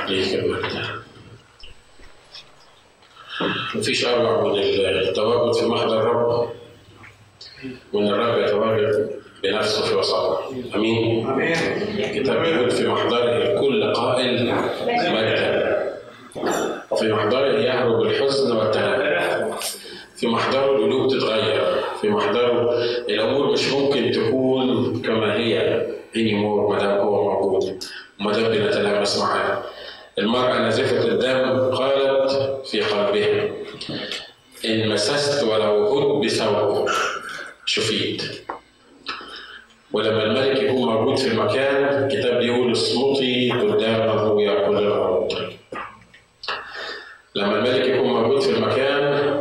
ليك المجد. مفيش أروع من التواجد في محضر الرب، وإن الرب يتواجد بنفسه في وسطنا. أمين؟ آمين. الكتاب بيقول في محضره الكل قائل مجدا، وفي محضره يهرب الحزن والتناؤل. في محضره القلوب تتغير، في محضره الأمور مش ممكن تكون كما هي anymore ما دام هو موجود وما دام بنتلامس معاه. المرأة نازفة الدم قالت في قلبها إن مسست ولو هد بثوب شفيت. ولما الملك يكون موجود في المكان الكتاب بيقول اصمتي قدامه يا كل الأرض. لما الملك يكون موجود في المكان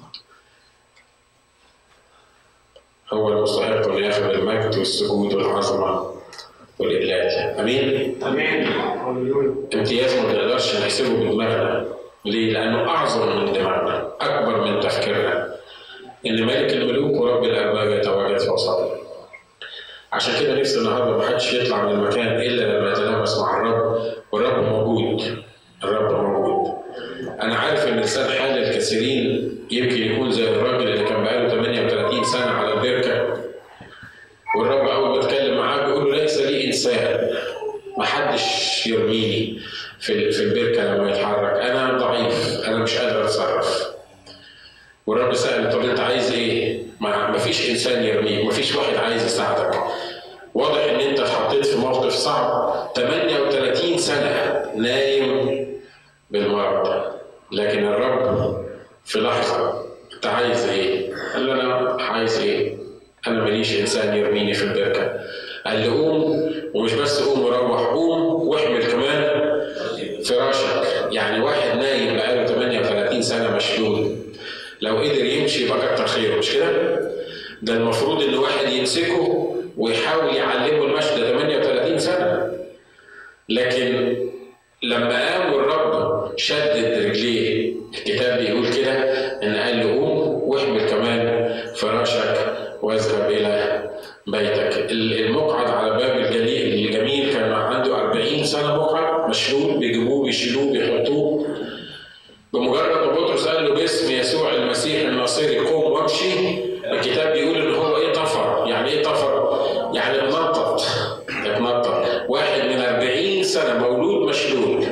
هو المستحق أن ياخذ المجد والسجود والعظمة والإجلال. أمين؟ آمين. امتياز ما نقدرش نحسبه بدماغنا. ليه؟ لأنه أعظم من دماغنا، أكبر من تفكيرنا. إن ملك الملوك ورب الأرباب يتواجد في وسطنا. عشان كده نفسي النهارده ما حدش يطلع من المكان إلا لما يتلامس مع الرب، والرب موجود. الرب موجود. أنا عارف إن لسان حال الكثيرين يمكن يكون زي الراجل اللي كان بقاله 38 سنة على البركة، والرب أول ما اتكلم معاه بيقول له ليس لي إنسان، ما حدش يرميني في البركة لما يتحرك، أنا ضعيف، أنا مش قادر أتصرف. والرب سأل طب أنت عايز إيه؟ ما فيش إنسان يرميك، ما فيش واحد عايز يساعدك. واضح إن أنت اتحطيت في موقف صعب، 38 سنة نايم بالمرض، لكن الرب في لحظة أنت عايز إيه؟ قال له أنا عايز إيه؟ أنا ماليش إنسان يرميني في البركة. قال له قوم، ومش بس قوم وروح، قوم واحمل كمان فراشك. يعني واحد نايم بقاله 38 سنة مشلول لو قدر يمشي يبقى كتر خيره، مش كده؟ ده المفروض إن واحد يمسكه ويحاول يعلمه المشي، ده 38 سنة. لكن لما قام والرب شدد رجليه، الكتاب بيقول كده إن قال له قوم واحمل كمان فراشك واذهب إلى بيتك. المقعد على باب الجميل كان عنده 40 سنة مقعد مشلول، بيجيبوه بيشيلوه بيحطوه. بمجرد ما بطرس قال له باسم يسوع المسيح الناصري قوم وامشي، الكتاب بيقول ان هو ايه طفر. يعني ايه طفر؟ يعني اتنطط. واحد من 40 سنة مولود مشلول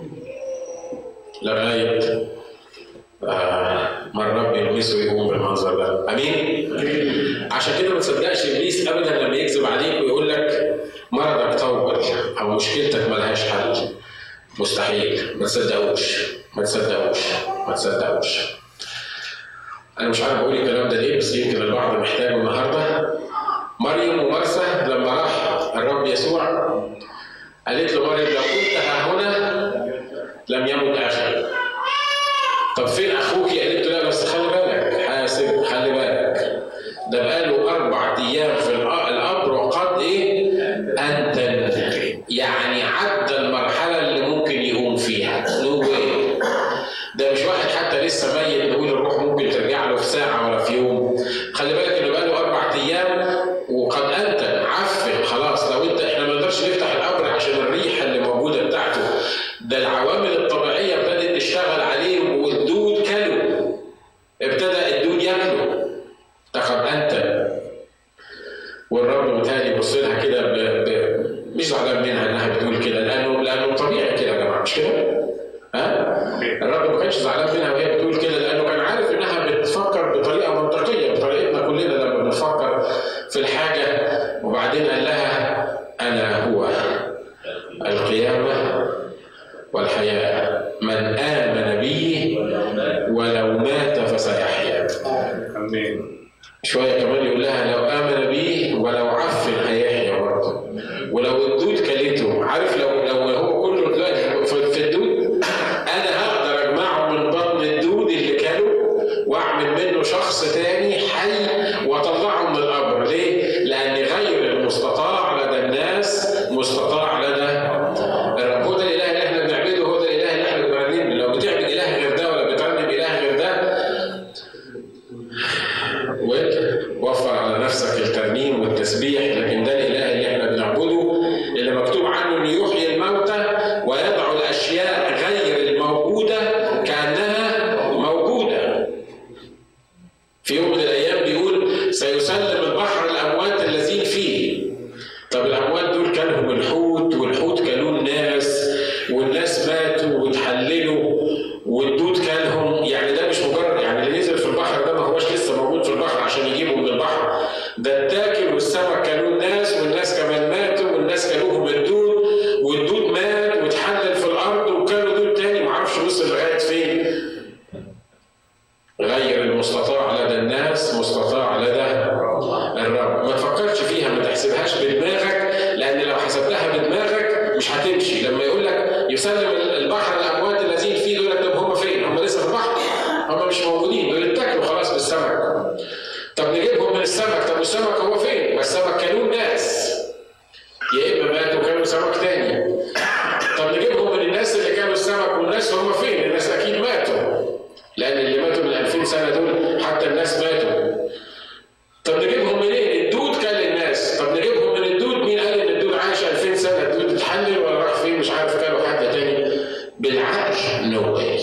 لغاية ما الرب يلمسه يقوم بالمنظر ده. امين؟ عشان كده ما تصدقش ابليس ابدا لما يكذب عليك ويقول لك مرضك طول او مشكلتك ملهاش حل. مستحيل. ما تصدقوش. انا مش عارف اقول الكلام ده ليه، بس يمكن الواحد محتاجه النهارده. مريم ومرثا لما راح الرب يسوع قالت له مريم لو كنت ها هنا لم يمت اخي. طب فين اخوك؟ قالت له لا بس خلي بالك، حاسب، خلي بالك، ده بقاله 4 أيام في القبر وقد ايه انتن، يعني عدى المرحله اللي ممكن يقوم فيها. ده مش واحد حتى لسه ميت نقول الروح ممكن ترجع له في ساعه ولا في يوم. خلي بالك انه بقاله 4 أيام وقد انتن، عفن خلاص. لو احنا ما نقدرش نفتح القبر عشان الريحه اللي موجوده بتاعته، ده العوامل الطبيعيه ابتدت تشتغل عليه، والدود كله ابتدى الدود ياكله. قد انتن. والرب متهيألي يبص لها كده مش زعلان منها انها بتقول كده، لانه طبيعي كده يا جماعه، مش كده؟ الرب ما كانش زعلان منها وهي بتقول كده، لانه كان عارف انها بتفكر بطريقه منطقيه، بطريقتنا كلنا لما بنفكر في الحاجه. وبعدين قال لها انا هو القيامه والحياه، من امن بي ولو مات فسيحيا. آمين. شويه كمان يقول لها لو امن بي ولو عفن هيحيا برضه، ولو الدود كلته. عارف لو هو كله دلوقتي في الدود، انا هقدر اجمعه من بطن الدود اللي كله واعمل منه شخص تاني حي واطلعه من القبر. ليه؟ لان غير المستطاع لدى الناس مستطاع لدى الرب. هو ده الاله اللي احنا بنعبده، هو ده الاله اللي والدود كلهم. يعني ده مش مجرد يعني اللي نزل في البحر ده ما هوش لسه موجود في البحر عشان يجيبه من البحر، ده اتاكل والسمك كلوه الناس، والناس كمان ماتوا، والناس كلوهم الدود، والدود مات واتحلل في الارض وكلوا دود تاني معرفش وصل لغايه فين. غير المستطاع لدى الناس مستطاع لدى الرب. ما تفكرش فيها، ما تحسبهاش بدماغك، لان لو حسبتها بدماغك مش هتمشي. لما يقول لك يسلم البحر الاموات الذين فيه، يقول لك طب هم فين؟ هم لسه في البحر، هم مش موجودين، دول اتاكلوا خلاص بالسمك. طب نجيبهم من السمك، طب السمك هو فين؟ ما السمك كانوا الناس، يا اما ماتوا كانوا سمك تاني. طب نجيبهم من الناس اللي كانوا السمك، والناس هم فين؟ الناس اكيد ماتوا، لان اللي ماتوا من 2000 سنه دول حتى الناس ماتوا. طب نجيبهم منين؟ الدود كان للناس. طب نجيبهم من الدود، مين قال ان الدود عايش 2000 سنه؟ الدود اتحلل ولا راح فين؟ مش عارف، كانوا حد تاني. بالعقل نو واي.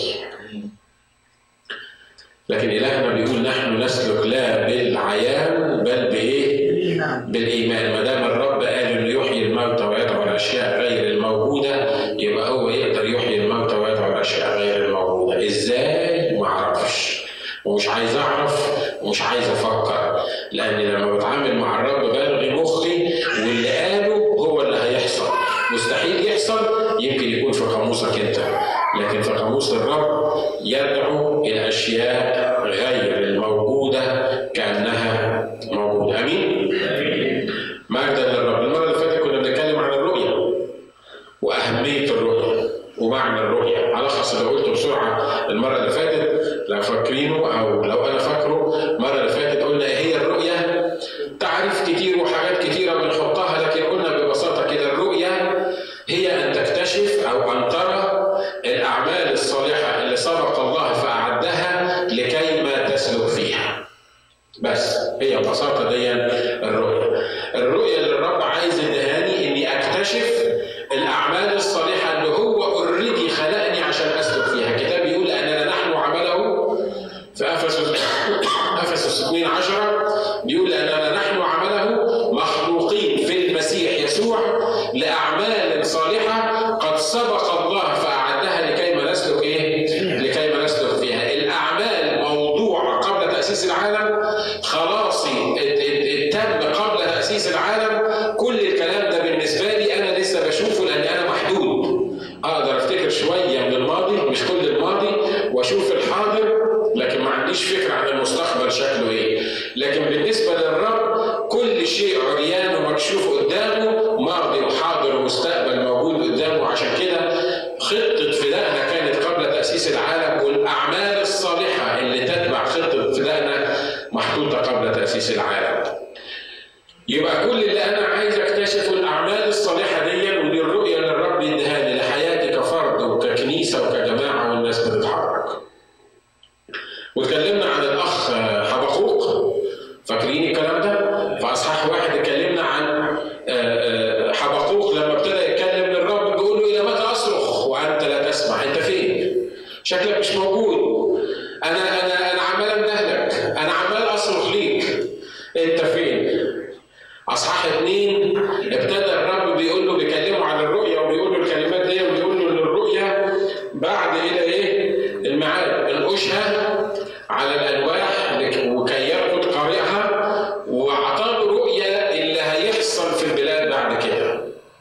لكن إلهنا بيقول نحن نسلك لا بالعيان بل بإيه؟ بالإيمان. ما دام الرب قال إنه يحيي الموتى ويدعو الأشياء غير الموجودة، يبقى هو يقدر يحيي الموتى ويدعو الأشياء غير الموجودة. إزاي؟ ما أعرفش، ومش عايز أعرف، ومش عايز أفكر، لأن لما بتعامل مع الرب بلغي مخي، واللي قاله هو اللي هيحصل. مستحيل يحصل، يمكن يكون في قاموسك أنت، لكن في قاموس الرب يدعو الأشياء غير الموجودة كأنها موجودة. أمين؟ مجدا للرب. المرة اللي فاتت كنا بنتكلم عن الرؤية وأهمية الرؤية ومعنى الرؤية. ألخص اللي قلته بسرعة المرة اللي فاتت لو فاكرينه، أو لو أنا فاكره. المرة اللي فاتت قلنا إيه هي الرؤية؟ تعريف كتير وحاجات كتيرة بنحطها، لكن قلنا ببساطة كده الرؤية هي أن تكتشف أو أن ترى الأعمال الصالحة اللي سبق الله فأعدها لكي ما تسلك فيها. بس هي ببساطة دي الرؤية. الرؤية اللي الرب عايز يدهاني إني أكتشف الأعمال الصالحة اللي هو أوريدي خلقني عشان أسلك فيها. الكتاب يقول أننا نحن عمله في أفسس 2:10 بيقول أننا نحن عمله مخلوقين في المسيح يسوع لأعمال صالحة قد سبق الله فأعدها لكي ما نسلك إيه؟ لكي ما نسلك فيها. الأعمال موضوعة قبل تأسيس العالم، خلاصي التم قبل تأسيس العالم. كل الكلام ده بالنسبة لي أنا لسه بشوفه، لأن أنا محدود. أقدر أفتكر شوية من الماضي، مش كل الماضي، وأشوف الحاضر، لكن ما عنديش فكرة عن المستقبل شكله إيه. لكن بالنسبة للرب كل شيء عريان ومكشوف قدامه، ماضي وحاضر ومستقبل موجود قدامه. عشان كده خطة فدائنا كانت قبل تأسيس العالم، والأعمال الصالحة اللي تتبع خطة فدائنا محطوطة قبل تأسيس العالم. يبقى كل اللي أنا عايز أكتشفه الأعمال الصالحة دي، ودي الرؤية اللي الرب يديهاني لحياتي كفرد وككنيسة وكجماعة والناس بتتحرك. واتكلمنا عن الأخ حبقوق، فاكرين الكلام ده؟ في أصحاح 1 اتكلمنا عن حبقوق لما ابتدى يتكلم للرب بيقول له إلى متى أصرخ وأنت لا تسمع؟ أنت فين؟ شكلك مش موجود. أنا عمال أندهلك، أنا عمال أصرخ ليك، أنت فين؟ أصحاح 2 ابتدى الرب بيقول له، بيكلمه عن الرؤية وبيقول له الكلمات دي، وبيقول له إن الرؤية بعد إلى إيه؟ الميعاد، الأشهى على الألواح وكي يرقد قارئها، وأعطاه رؤية اللي هيحصل في البلاد بعد كده.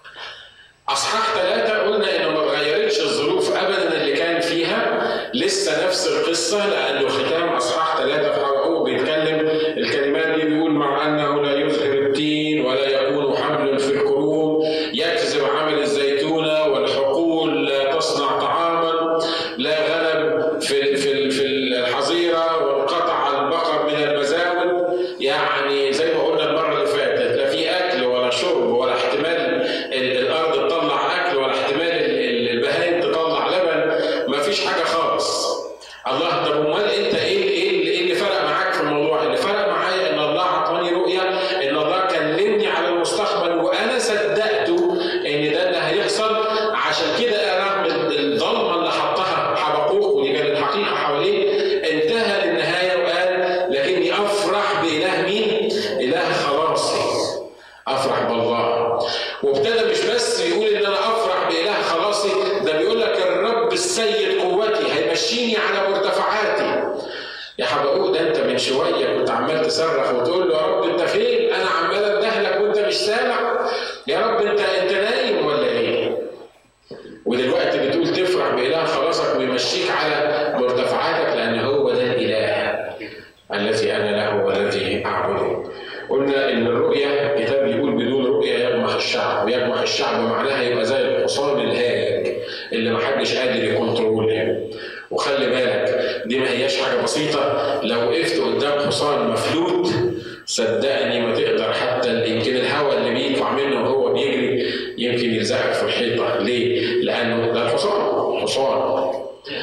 أصحاح 3 قلنا إنه ما اتغيرتش الظروف أبدا اللي كان فيها، لسه نفس القصة، لأنه ختام أصحاح 3 في حبقوق بيتكلم الكلمات دي، بيقول مع أنه لا يزهر التين ولا يكون حمل في الكروم، يكذب عمل الزيتونة والحقول لا تصنع طعاما، لا غنم في الحظيرة، وانقطع البقر من المزاول. يعني زي ما قلنا المرة اللي فاتت، لا في أكل ولا شرب ولا احتمال الأرض تطلع أكل ولا احتمال البهائم تطلع لبن، ما فيش حاجة خالص. الله، طب امال انت ايه اللي فرق معاك في الموضوع؟ اللي فرق معايا ان الله عطاني رؤيه، ان الله كلمني على المستقبل وانا صدقته ان ده اللي هيحصل. عشان كده رغم الضلمه اللي حطها حبقوق، ودي كانت حقيقه حواليه، انتهى للنهايه وقال لكني افرح باله مين؟ اله خلاصي، افرح بالله. وابتدى مش بس يقول ان انا افرح باله خلاصي، ده بيقول لك الرب السيد قوتي، هيبقى ويمشيني على مرتفعاتي. يا حبقوق ده انت من شويه كنت عمال تصرخ وتقول له يا رب انت فين؟ انا عمال اندهلك وانت مش سامع. يا رب انت نايم ولا ايه؟ ودلوقتي بتقول تفرح باله خلاصك ويمشيك على مرتفعاتك، لان هو ده الاله الذي انا له والذي اعبده. قلنا ان الرؤيه الكتاب بيقول بدون رؤيه يجمح الشعب، ويجمح الشعب معناها يبقى زي الحصان الهايج اللي محدش قادر يكنترولها. وخلي بالك دي ما هياش حاجه بسيطه، لو وقفت قدام حصان مفلوت صدقني ما تقدر حتى يمكن الهواء اللي بيطلع منه وهو بيجري يمكن يلزقك في الحيطه. ليه؟ لانه ده حصان.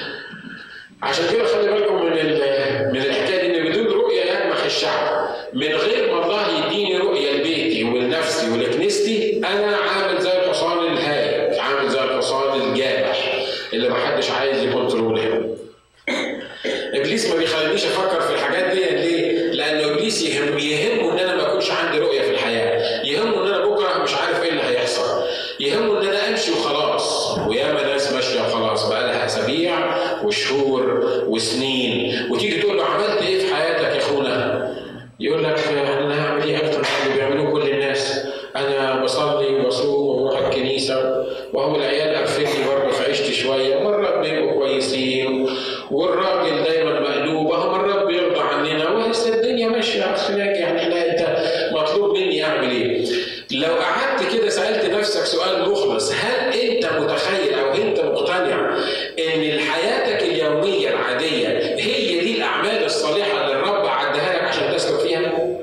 عشان كده خلي بالكم من الحكايه دي، ان بدون رؤيه يجمح الشعب. من غير ما الله يديني رؤيه لبيتي ولنفسي ولكنيستي انا عامل زي الحصان الهايج، عامل زي الحصان الجامح اللي ما حدش عايز يكنترولها. ابليس ما بيخلينيش افكر في الحاجات دي. ليه؟ لانه ابليس يهمه ان انا ما اكونش عندي رؤيه في الحياه، يهمه ان انا بكره مش عارف ايه اللي هيحصل، يهمه ان انا امشي وخلاص. وياما ناس ماشيه وخلاص بقى لها اسابيع وشهور وسنين، وتيجي تقول له عملت ايه في حياتك يا اخونا؟ يقول لك انا هعمل ايه اكتر من اللي بيعملوه كل الناس؟ انا بصلي وبصوم وبروح الكنيسه، وهو العيال قرفتني برضه فعشت شويه، مرات بيبقوا كويسين، والراجل دايما مقلوب، اهو مرات بيرضى عننا، ولسه الدنيا ماشيه اخلاق. يعني انت مطلوب مني اعمل ايه؟ لو قعدت كده سالت نفسك سؤال مخلص، هل انت متخيل او انت مقتنع ان حياتك اليوميه العاديه هي دي الاعمال الصالحه اللي الرب عدها لك عشان تسلك فيها؟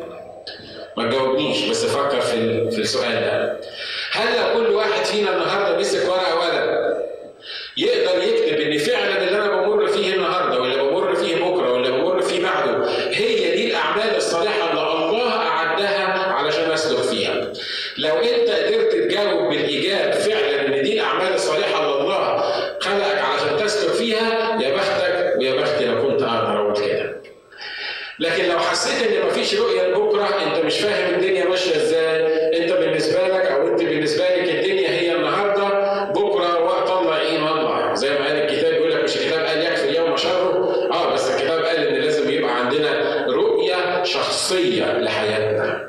ما تجاوبنيش بس فكر في السؤال ده. هل لو كل واحد فينا النهارده مسك ورقه وقلم يقدر يكتب ان فعلا اللي انا بمر فيه النهارده واللي بمر فيه بكره واللي بمر فيه بعده هي دي الاعمال الصالحه اللي الله اعدها علشان اسلك فيها؟ لو انت قدرت تجاوب بالايجاب فعلا ان دي الاعمال الصالحه اللي الله خلقك علشان تسلك فيها، يا بختك ويا بختي لو كنت اقدر اقول كده. لكن لو حسيت ان مفيش رؤيه لبكره، انت مش فاهم الدنيا ماشيه ازاي، انت بالنسبه لك او انت بالنسبه لك الدنيا هي النهارده، بكره وقت الله ايه الله. زي ما قال الكتاب، يقول لك مش الكتاب قال يكفي اليوم شره؟ بس الكتاب قال ان لازم يبقى عندنا رؤيه شخصيه لحياتنا.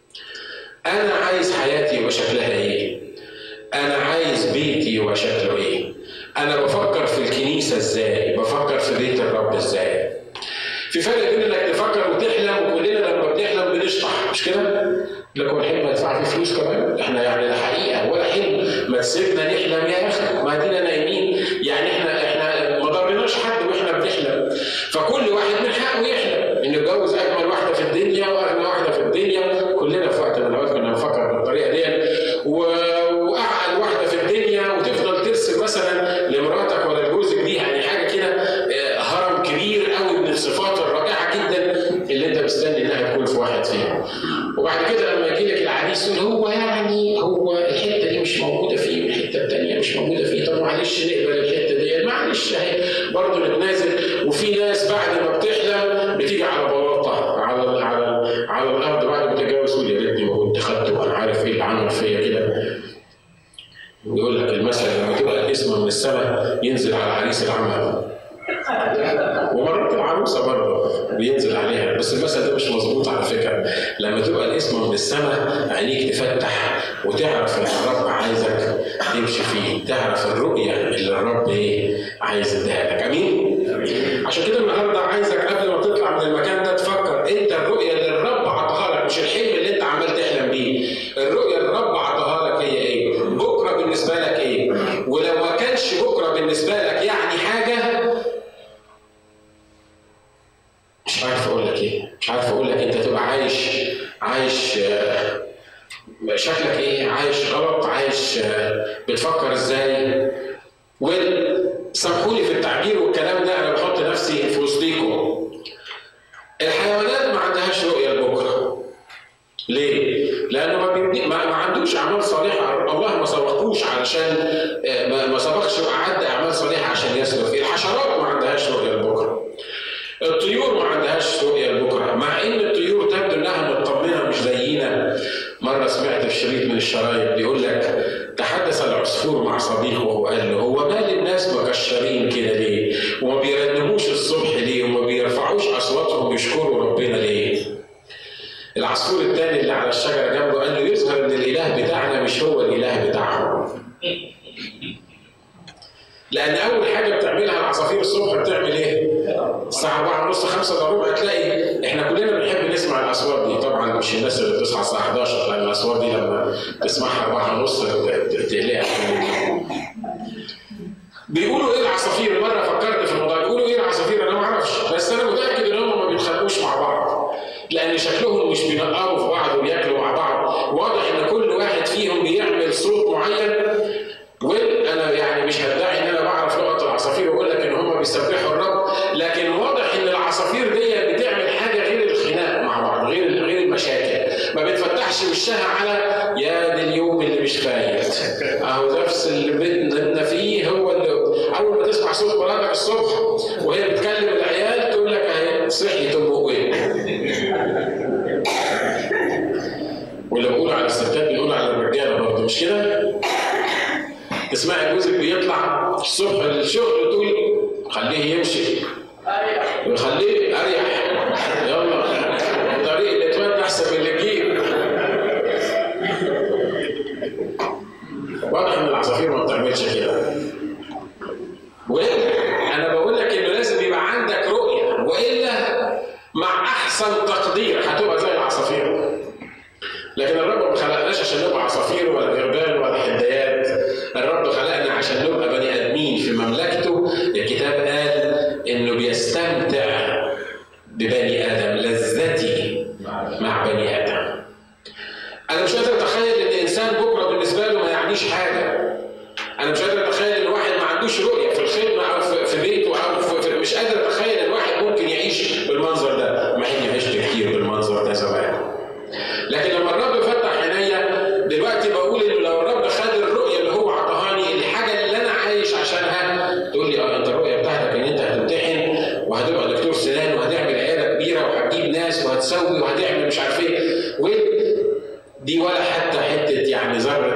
انا عايز حياتي يبقى شكلها ايه؟ انا عايز بيتي يبقى شكله ايه؟ انا بفكر في الكنيسه ازاي؟ بفكر في بيت الرب ازاي؟ في فرق بين انك تفكر وتحلم، وكلنا لما بنحلم بنشطح، مش كده؟ لكم الحلم هيدفع فيه فلوس كمان؟ احنا يعني ده حقيقه ولا حلم؟ ما تسيبنا نحلم يا اخي، ما دينا نايمين، يعني احنا ما ضرناش حد واحنا بنحلم. فكل واحد من حقه يحلم انه يتجوز اجمل واحده في الدنيا واغنى واحده في الدنيا. كلنا في وقت من الاوقات كنا بنفكر بالطريقه دي، واعقل واحده في الدنيا، وتفضل ترسم مثلا لمراتك ولا لجوزك دي يعني حاجه كده هرم كبير قوي من الصفات الرائعه جدا اللي انت مستني انها تكون في واحد فيهم. وبعد كده لما يجي لك العريس يقول هو الحته دي مش موجوده فيه والحته الثانيه مش موجوده فيه، طب معلش نقبل الحته دي، معلش اهي برضه نتنازل. وفي ناس بعد ما بتحلم بتيجي على بلاطه على الارض بعد ما تتجوز، تقول يا ريتني ما كنت خدته وانا عارف ايه اللي عمل فيا كده. يقول لك المثل لما تبقى الاسم من السماء ينزل على عريس العمى، ومرات العروسه برضه بينزل عليها، بس المثل ده مش مظبوط على فكره. لما تبقى الاسم من السماء عينيك تفتح وتعرف ان الرب عايزك تمشي فيه، تعرف الرؤيه اللي الرب عايز يديها لك. امين؟ عشان كده النهارده عايزك قبل ما تطلع من المكان ده تفكر انت الرؤيه اللي الرب عطاها لك، مش الحلم اللي انت عمال تحلم بيه. الرؤيه اللي الرب عطاها لك هي ايه؟ بكره بالنسبه لك ايه؟ ولو ما كانش بكره بالنسبه لك يعني حاجه، مش عارف اقول لك ايه، مش عارف اقول لك انت تبقى عايش شكلك ايه، عايش غلط، عايش بتفكر ازاي. وسامحوني في التعبير والكلام ده، انا بحط نفسي في وسطيكم. الحيوانات ما عندهاش رؤيه لبكره. ليه؟ لانه ما عندوش اعمال صالحه، الله ما سبقوش علشان ما سبقش واعد اعمال صالحه عشان يسلك فيه. الحشرات ما عندهاش رؤيه لبكره. الطيور ما عندهاش رؤيه لبكره، مع ان الطيور تبدو انها مطمنه مش زينا. مره سمعت في شريط من الشرايط بيقول لك تحدث العصفور مع صديقه وقال له هو مال الناس مكشرين كده ليه؟ وما العصفور الثاني اللي على الشجره جنبه قال له يظهر ان الاله بتاعنا مش هو الاله بتاعهم. لان اول حاجه بتعملها العصافير الصبح بتعمل ايه؟ الساعه 4:30 5:15 تلاقي احنا كلنا بنحب نسمع الاصوات دي، طبعا مش الناس اللي بتصحى الساعه 11 لان الاصوات دي لما تسمعها 4:30 تقلقك. بيقولوا ايه العصافير؟ مره فكرت في الموضوع، بيقولوا ايه العصافير؟ انا ما اعرفش، بس انا متاكد ان هم ما بيتخانقوش مع بعض لان شكلهم مش بينقروا في بعض وبياكلوا مع بعض. واضح ان كل واحد فيهم بيعمل صوت معين. وانا يعني مش هدعي ان انا بعرف لغه العصافير واقول لك ان هم بيسبحوا الرب، لكن واضح ان العصافير دي بتعمل حاجه غير الخناق مع بعض، غير المشاكل. ما بتفتحش وشها على يا دي اليوم اللي مش فايت، اهو نفس اللي بدنا فيه هو اللي اول ما تسمع صوت مراتك الصبح وهي بتكلم العيال تقول لك اهي صحيت ام وين. واللي بيقولوا على الستات بيقولوا على الرجاله برضه، مش كده؟ تسمعي جوزك بيطلع الصبح للشغل تقول خليه يمشي، خليه اريح، يلا الطريق اللي تودي احسن من اللي تجيب. واضح ان العصافير ما بتعملش كده. وانا بقول لك انه لازم يبقى عندك رؤيه، والا مع احسن تقدير هتبقى زي العصافير. لكن الرب ما خلقناش عشان نبقى عصافير ولا غربان ولا حدايات. الرب خلقنا عشان نبقى بني ادمين في مملكته. الكتاب قال انه بيستمتع ببني ادم، لذتي مع بني ادم. انا مش قادر اتخيل ان انسان بكره بالنسبه له ما يعنيش حاجه. انا مش قادر اتخيل ان واحد ما عندوش رؤيه في الخدمه او في بيته او مش قادر اتخيل ان واحد ممكن يعيش بالمنظر ده، مع اني عشت كتير بالمنظر ده زمان. لكن لما الرب فتح عينيا دلوقتي بقول انه لو الرب خد الرؤيه اللي هو عطاهاني، الحاجه اللي انا عايش عشانها، تقول لي انت الرؤيه بتاعتك ان انت هتمتحن وهتبقى دكتور سنان وهتعمل عياده كبيره وهتجيب ناس وهتسوي وهتعمل مش عارف ايه، دي ولا حتى يعني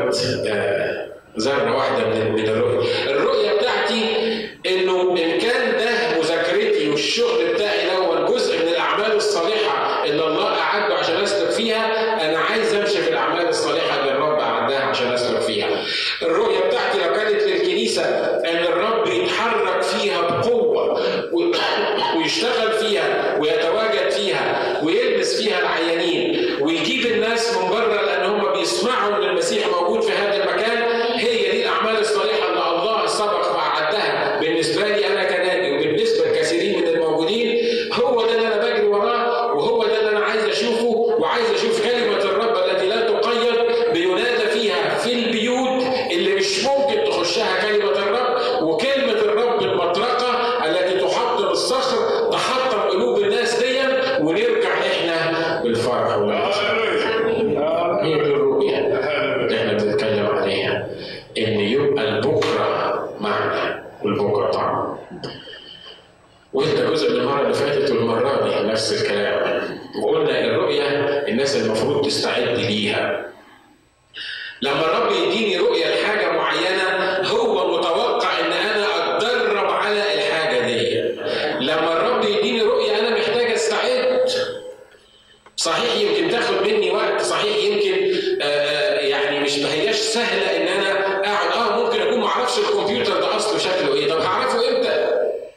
ذره واحده من الرؤيه. الرؤيه بتاعتي انه ان كان ده مذاكرتي والشغل بتاعي الاول جزء من الاعمال الصالحه اللي الله اعده عشان اسلك فيها، انا عايز امشي في الاعمال الصالحه اللي الرب اعدها عشان اسلك فيها. الرؤيه بتاعتي لو كانت للكنيسه ان الرب يتحرك فيها بقوه ويشتغل فيها ويتواجد فيها ويلبس فيها العيانين ويجيب الناس من بره لان هم بيسمعوا ان المسيح موجود في هذا المكان، هي دي الاعمال الصالحه اللي الله سبق واعدها بالنسبه لي انا كنادي وبالنسبه لكثيرين من الموجودين. هو ده اللي انا بجري وراه، وهو ده اللي انا عايز اشوفه، وعايز اشوف كلمه الرب التي لا تقيد بينادى فيها في البيوت اللي مش ممكن تخشها كلمه الرب، وكلمه الرب المطرقه التي تحطم الصخر تحطم قلوب الناس دي، ونرجع احنا بالفرح والعظمه. هي دي الرؤيه اللي احنا بنتكلم عليها، ان يبقى البكره معنا والبكره طعم. وانت جزء من المره اللي فاتت والمره دي نفس الكلام، وقلنا الرؤيه الناس المفروض تستعد ليها. لما الرب يديني رؤيه لحاجه معينه هو متوقع ان انا اتدرب على الحاجه دي. لما الرب يديني رؤيه انا محتاج استعد. صحيح يمكن تاخد مني وقت، صحيح يمكن يعني مش هياش سهله ان انا اقعد ممكن اكون ما اعرفش الكمبيوتر ده اصله شكله ايه، طب هعرفه امتى؟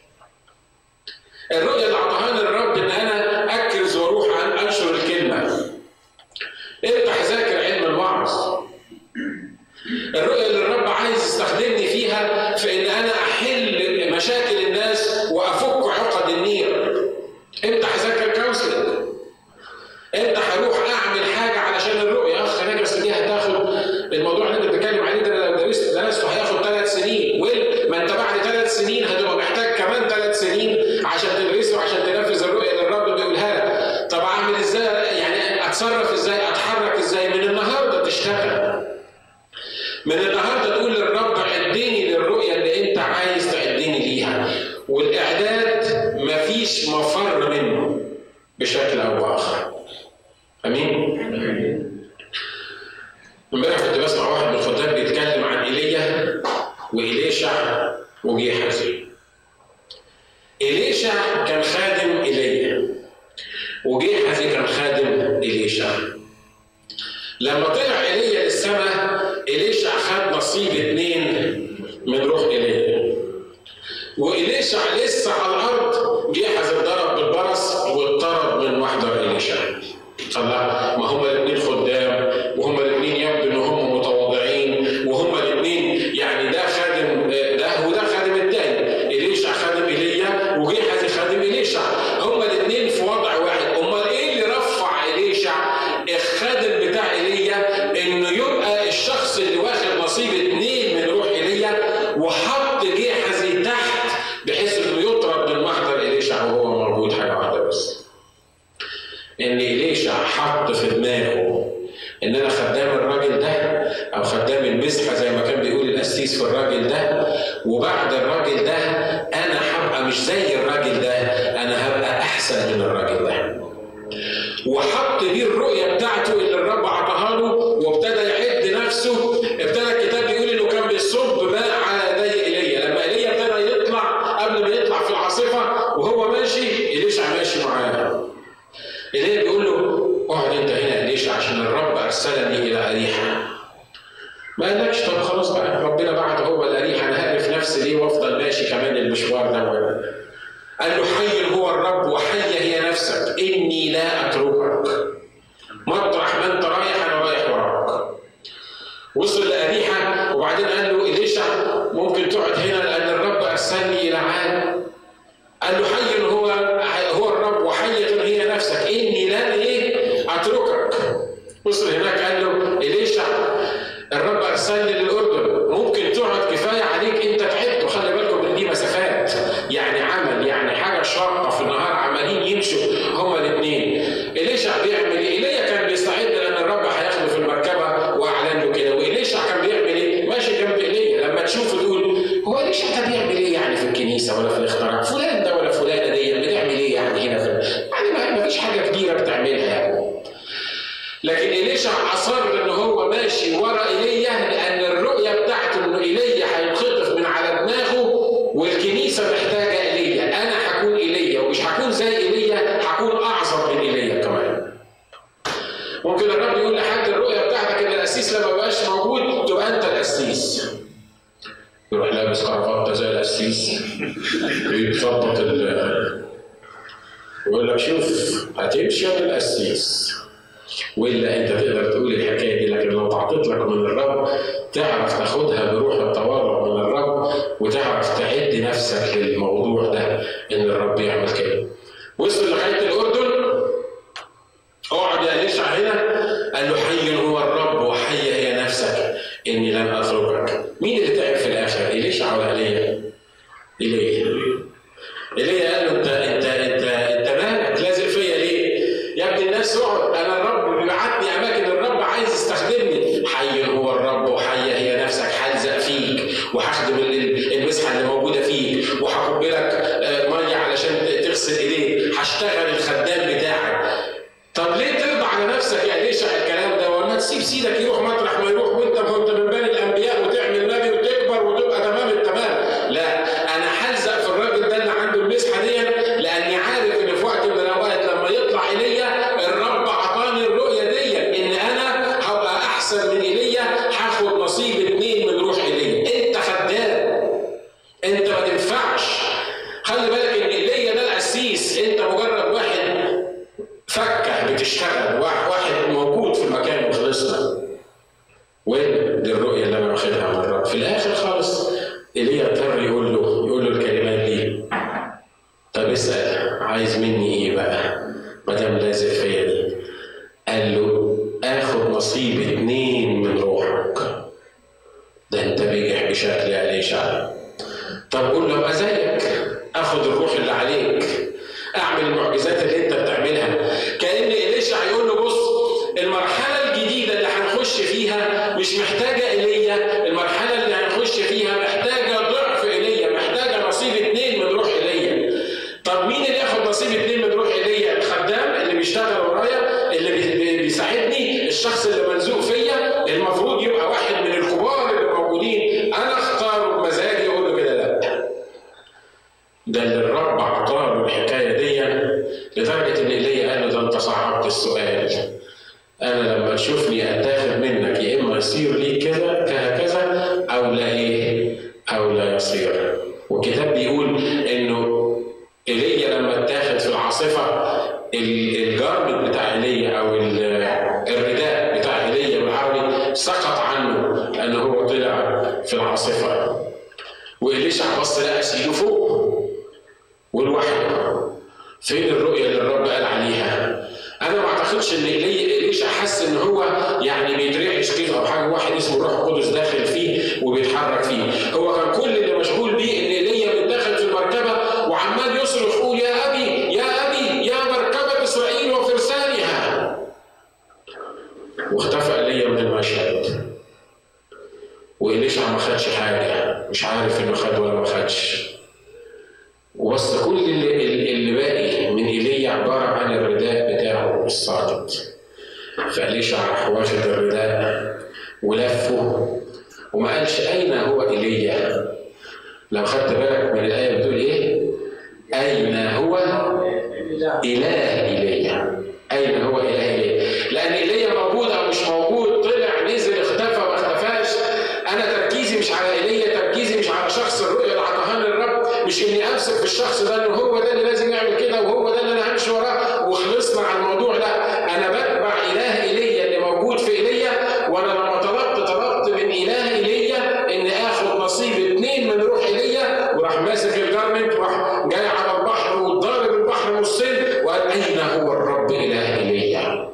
الرؤيه اللي اعطاهاني الرب ان انا اكرز واروح انشر الكلمه. امتى هذاكر علم الوعظ؟ الرؤيه اللي الرب عايز يستخدمني فيها في ان انا احل مشاكل الناس وافك عقد النير. امتى هذاكر كونسلنج؟ امتى هروح اعمل حاجه علشان الرؤيه؟ اخ انا بس دي هتاخد الموضوع اللي انت بتتكلم عليه ده، لو درسته هياخد 3 سنين، ما انت بعد 3 سنين هتبقى محتاج كمان 3 سنين عشان تدرسه وعشان تنفذ الرؤيه اللي الرب بيقولها لك. طب اعمل ازاي؟ يعني اتصرف ازاي؟ اتحرك ازاي؟ من النهارده تشتغل. من النهارده تقول للرب عدني للرؤيه اللي انت عايز تعدني ليها. والاعداد مفيش مفر منه بشكل او باخر. امين؟ امبارح كنت بسمع واحد من الخدام بيتكلم عن ايليا وإليشع وجيحزي. إليشع كان خادم إيليا، وجيحزي كان خادم إليشع. لما طلع إيليا للسماء، إليشع خد نصيب 2 من روح إيليا. وإليشع لسه على الأرض جهز اتضرب بالبرص واتطرد من محضر إليشع. الله، ما هما الاثنين خدام، وهما الاثنين يبدو ان هم متواضعين، وهما الاثنين يعني ده خادم ده وده خادم الثاني. إليشع خادم إيليا وجهز خادم إليشع، هما الاثنين في وضع واحد. امال ايه اللي رفع إليشع الخادم بتاع إيليا انه يبقى الشخص اللي واخد نصيب 2 من روح إيليا وحط جهزي تحت بحيث انه يطرد من محضر إليشع وهو موجود؟ حاجه واحده بس، ان إليشع حط في دماغه ان انا خدام الراجل ده او خدام المسحه زي ما كان بيقول القسيس في الراجل ده، وبعد الراجل ده انا هبقى مش زي الراجل ده، انا هبقى احسن من الراجل ده. وحط دي الرؤيه بتاعته اللي الرب عطاها له، وابتدى يعد نفسه. ابتدى الكتاب بيقول انه كان بيصب ماء على يدي إيليا. لما إيليا ابتدى يطلع قبل ما يطلع في العاصفه وهو ماشي، إليشع ماشي معاه. إيليا بيقول له اقعد انت هنا إليشع عشان الرب ارسلني الى أريحا. ما قالكش طب خلاص بقى ربنا بعت هو الأريحا، انا هقرف نفسي ليه وافضل ماشي كمان المشوار ده؟ قال له حي هو الرب وحي هي نفسك، اني لا اتركك، مطرح ما انت رايح انا رايح وراك. وصل لأريحا وبعدين قال له إليشع ممكن تقعد هنا لان الرب ارسلني الى عاد. قال له حي هو الرب وحية هي نفسك، إني لن أتركك. وصل هناك قال له إليشع الرب أرسلني للأردن، ممكن تقعد كفاية عليك أنت تعبت. وخلي بالكم إن دي مسافات، يعني عمل، يعني حاجة شاقة في النهار عمالين يمشوا هما الاثنين. إليشع بيعمل إيه؟ إيليا كان بيستعد لأن الرب هياخده في المركبة وأعلن له كده، وإليشع كان بيعمل إيه؟ ماشي جنب إيليا. لما تشوفه تقول هو إليشع ده بيعمل إيه يعني في الكنيسة ولا في الاختراع؟ فلان ده ولا فلانة دي بتعمل إيه يعني هنا يعني ما فيش حاجة كبيرة بتعملها يعني. لكن إليشع أصر إن هو ماشي ورا إيليا لأن الرؤية بتاعته إنه إيليا هيتخطف من على دماغه والكنيسة محتاجة إيليا. أنا هكون إيليا ومش هكون زي إيليا، هكون أعظم من إيليا كمان. ممكن الرب يقول لحد الرؤية بتاعتك إن القسيس لما بقاش موجود تبقى أنت القسيس. يروح لابس كرافته زي القسيس يتظبط يقول لك شوف هتمشي يا القسيس، وإلا أنت تقدر تقول الحكاية دي. لكن لو تعطيت لك من الرب تعرف تاخدها بروح التواضع من الرب وتعرف تعد نفسك للموضوع ده إن الرب يعمل كده. وصل لغاية الأردن، اقعد يا إليشع هنا. قال له حي هو الرب وحي هي نفسك إني لن أتركك. مين اللي تعب في الآخر؟ إليشع ولا إيليا؟ إيليا قال له أنت مالك لازق فيا ليه؟ يا ابن الناس اقعد، أنا الرب بيبعتني أماكن الرب عايز يستخدمني. حي هو الرب وحي هي نفسك، هلزق فيك وهخدم المسحة اللي موجودة فيك وهكب لك مية علشان تغسل إيديك، هشتغل الخدام بتاعك. طب ليه ترضى على نفسك يا إليشع الكلام ده؟ ولا تسيب سيدك يروح مطرح ما يروح وانت من بين الأنبياء وتعمل نبي وتكبر وتبقى تمام التمام؟ لا، أنا هلزق في الراجل ده اللي عنده المسحة دي لأني عارف إن في وقت من الأوقات لما يطلع إيليا الرب عطاني الرؤية دي إن أنا هبقى أحسن من إيليا، هاخد نصيب 2 من روح إيليا. أنت خدام، أنت ما تنفعش. خلي بالك إن إيليا ده القسيس، أنت مجرد واحد فكه بتشتغل، واحد موجود في المكان وخلصنا. وين دي الرؤية اللي أنا واخدها من الرب؟ في الآخر خالص إيليا اضطر يقول له الكلمات دي. طب اسأل عايز مني إيه بقى ما دام لازق فيا دي؟ قال له آخد نصيب 2 من روحك. ده أنت بيجح بشكل يا إليشع. طب قول له أبقى زيك، آخد الروح اللي عليك، أعمل المعجزات اللي أنت بتعملها. كأن إليشع يقول له بص، المرحلة الجديدة اللي هنخش فيها مش محتاجة إيليا، المرحلة اللي هنخش فيها محتاجة ضعف إيليا، محتاجة نصيب 2 من روح إيليا. طب مين اللي ياخد نصيب 2 من روح إيليا؟ الخدام اللي بيشتغل ورايا، اللي بيساعدني، الشخص اللي ملزوق فيا، المفروض يبقى واحد من الكبار اللي موجودين، أنا أختاره بمزاجي. يقول له كده لا، ده اللي الرب عطاله الحكاية دي لدرجة إن إيليا قال له ده أنت صعبت السؤال. انا لما تشوفني اتاخد منك يا اما يصير لي كذا كذا او لا ايه او لا يصير. والكتاب بيقول انه ايليا لما اتاخد في العاصفه الجارمنت بتاع ايليا او الرداء بتاع ايليا بالعربي سقط عنه لانه هو طلع في العاصفه. وإليشع بص لقى سيده فوق والوحده. فين الرؤيه اللي الرب قال عليها؟ انا ما اعتقدش ان إليشع حس ان هو يعني بيترعش كده او حاجه، واحد اسمه الروح القدس داخل فيه وبيتحرك فيه. هو كان كل اللي مشغول بيه ان ايليا متدخل في المركبه وعمال يصرخ يقول يا ابي يا ابي يا مركبه اسرائيل وفرسانها. واختفى ايليا من المشهد. وإليشع ما خدش حاجه، مش عارف انه خد ولا ما خدش. وبس كل اللي باقي من ايليا عباره عن الرداء بتاعه الساقط. فإليشع راح واخد الرداء ولفه وما قالش اين هو ايليا. لو خدت بالك من الايه بتقول ايه؟ اين هو اله ايليا؟ اين هو اله ايليا؟ لان ايليا موجود او مش موجود، طلع نزل اختفى ما اختفاش، انا تركيزي مش على ايليا، تركيزي مش على شخص الرؤيه اللي عطاها لي الرب، مش اني امسك في الشخص ده انه هو ده اللي لازم يعمل كده وهو ده اللي انا همشي وراه وخلصنا على الموضوع. لا، انا بتبع اله ايليا اللي موجود في ايليا. وانا لما طلبت من اله ايليا اني اخد نصيب 2 من روح ايليا، وراح ماسك الجارمنت وراح جاي على البحر وضارب البحر نصين وقال اين هو الرب اله ايليا؟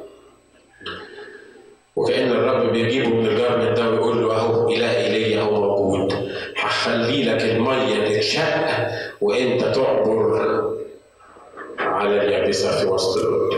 وكأن الرب بيجيبه من الجارمنت ده ويقول له اهو اله ايليا هو موجود، هخلي لك الميه تتشق وانت تعبر على اليابسه في وسط الاردن.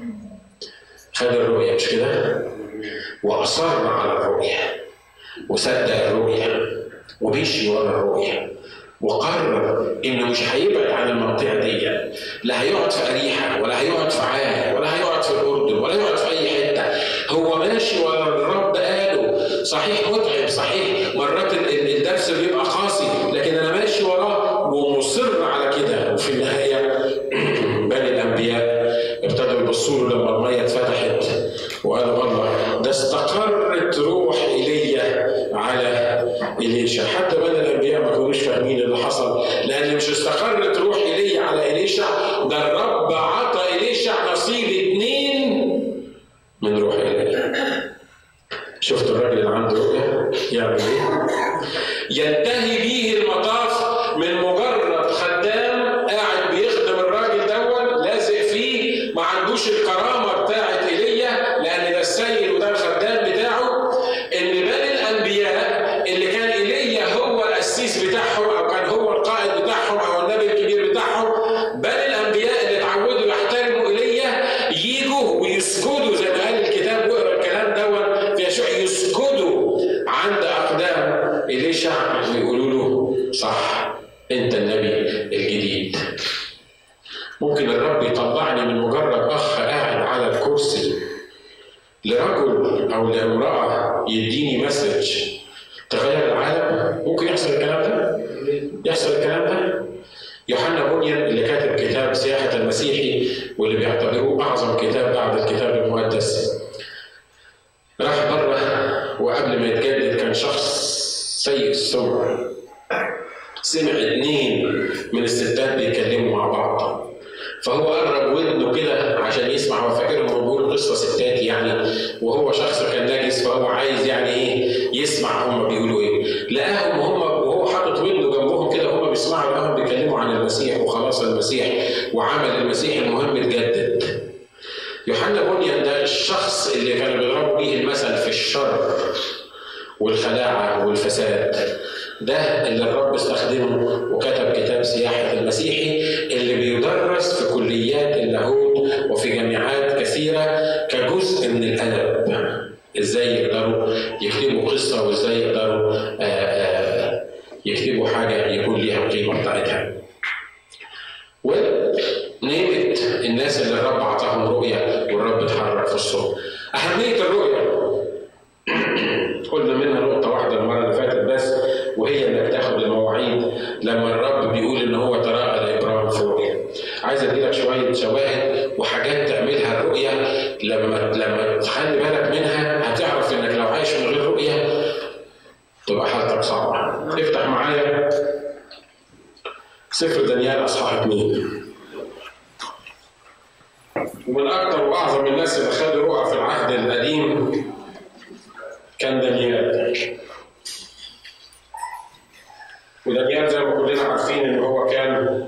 خد الرؤيه مش كده؟ واصر على الرؤيه وصدق الرؤيه ومشي ورا الرؤيه وقرر انه مش هيبعد عن المنطقه دي، لا هيقعد في اريحه ولا هيقعد في عاد ولا هيقعد في الاردن ولا هيقعد في اي حته. هو ماشي ورا الرب قاله. صحيح متعب، صحيح مرات الدرس بيبقى قاسي، لكن انا ماشي وراه ومصر على كده. وفي النهايه بني الانبياء ابتدوا يبصوا له لما الميه اتفتحت وقالوا الله ده استقرت روح ايليا على إليشع. حتى بني الانبياء ما كانوش فاهمين اللي حصل، لان مش استقرت روح ايليا على إليشع، ده الرب عطى إليشع نصيب 2 من روح ايليا. شفت الراجل اللي عنده رؤيه يعمل ايه؟ ينتهي بيه المطاف من مجرد خدام قاعد بيخدم الراجل دون لازق فيه، ما عندوش الكرامه بتاعت ايليا لان ده السيد وده الخدام بتاعه. ان بني الانبياء اللي كان ايليا هو القسيس بتاعهم او كان هو القائد بتاعهم او النبي الكبير بتاعهم، بني الانبياء اللي اتعودوا يحترموا ايليا ييجوا ويسجدوا زي ما قال الكتاب، واقرا الكلام دون في يشوع، يسجدوا عند اقدام إليشع ويقولوا له صح انت النبي الجديد. ممكن الرب يطلعني من مجرد اخ قاعد على الكرسي لرجل او لامراه يديني مسج تغير العالم. ممكن يحصل الكلام ده؟ يحصل الكلام ده؟ يوحنا بنيان اللي كاتب كتاب سياحة المسيحي واللي بيعتبروه اعظم كتاب بعد الكتاب المقدس، راح بره وقبل ما يتجدد كان شخص سيء السمعة. سمع 2 من الستات بيتكلموا مع بعض، فهو قرب ودنه كده عشان يسمع. هو فاكرهم بيقولوا قصه ستات يعني، وهو شخص كان نجس فهو عايز يعني ايه يسمع هم بيقولوا ايه. لقاهم هم وهو حاطط ودنه جنبهم كده هم بيسمعوا، لقاهم بيتكلموا عن المسيح وخلاص المسيح وعمل المسيح المهم اتجدد. يوحنا بنيان ده الشخص اللي كانوا بيضربوا بيه المثل في الشر والخلاعه والفساد، ده اللي الرب استخدمه وكتب كتاب سياحة المسيحي اللي بيدرس في كليات اللاهوت وفي جامعات كثيرة كجزء من الأدب. إزاي يقدروا يكتبوا قصة وإزاي يقدروا يكتبوا حاجة يكون ليها القيمة بتاعتها. ونيمت الناس اللي الرب عطاهم رؤية والرب اتحرك في الصوت. أهمية الرؤية قلنا منها نقطة واحدة المرة اللي فاتت بس، وهي انك تاخد المواعيد لما الرب بيقول ان هو تراءى لابراهيم في رؤيا. عايز اديلك شوية شواهد وحاجات تعملها الرؤية لما تخلي بالك منها هتعرف انك لو عايش من غير رؤيه تبقى حالتك صعبه. افتح معايا سفر دانيال اصحاح 2. ومن اكثر واعظم الناس اللي خدوا رؤى في العهد القديم كان دانيال. ودانيال زي ما كلنا عارفين ان هو كان